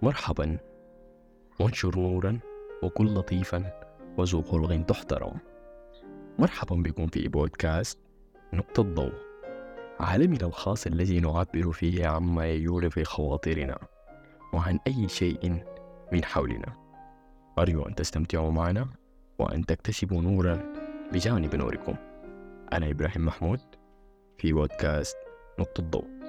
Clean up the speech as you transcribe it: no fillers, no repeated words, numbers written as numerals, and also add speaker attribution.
Speaker 1: مرحبا، وانشر نورا وكن لطيفا وذو خلق تحترم. مرحبا بكم في بودكاست نقطة ضوء، عالمنا الخاص الذي نعبر فيه عما يجول في خواطرنا وعن أي شيء من حولنا. أرجو أن تستمتعوا معنا وأن تكتسبوا نورا بجانب نوركم. أنا إبراهيم محمود في بودكاست نقطة ضوء.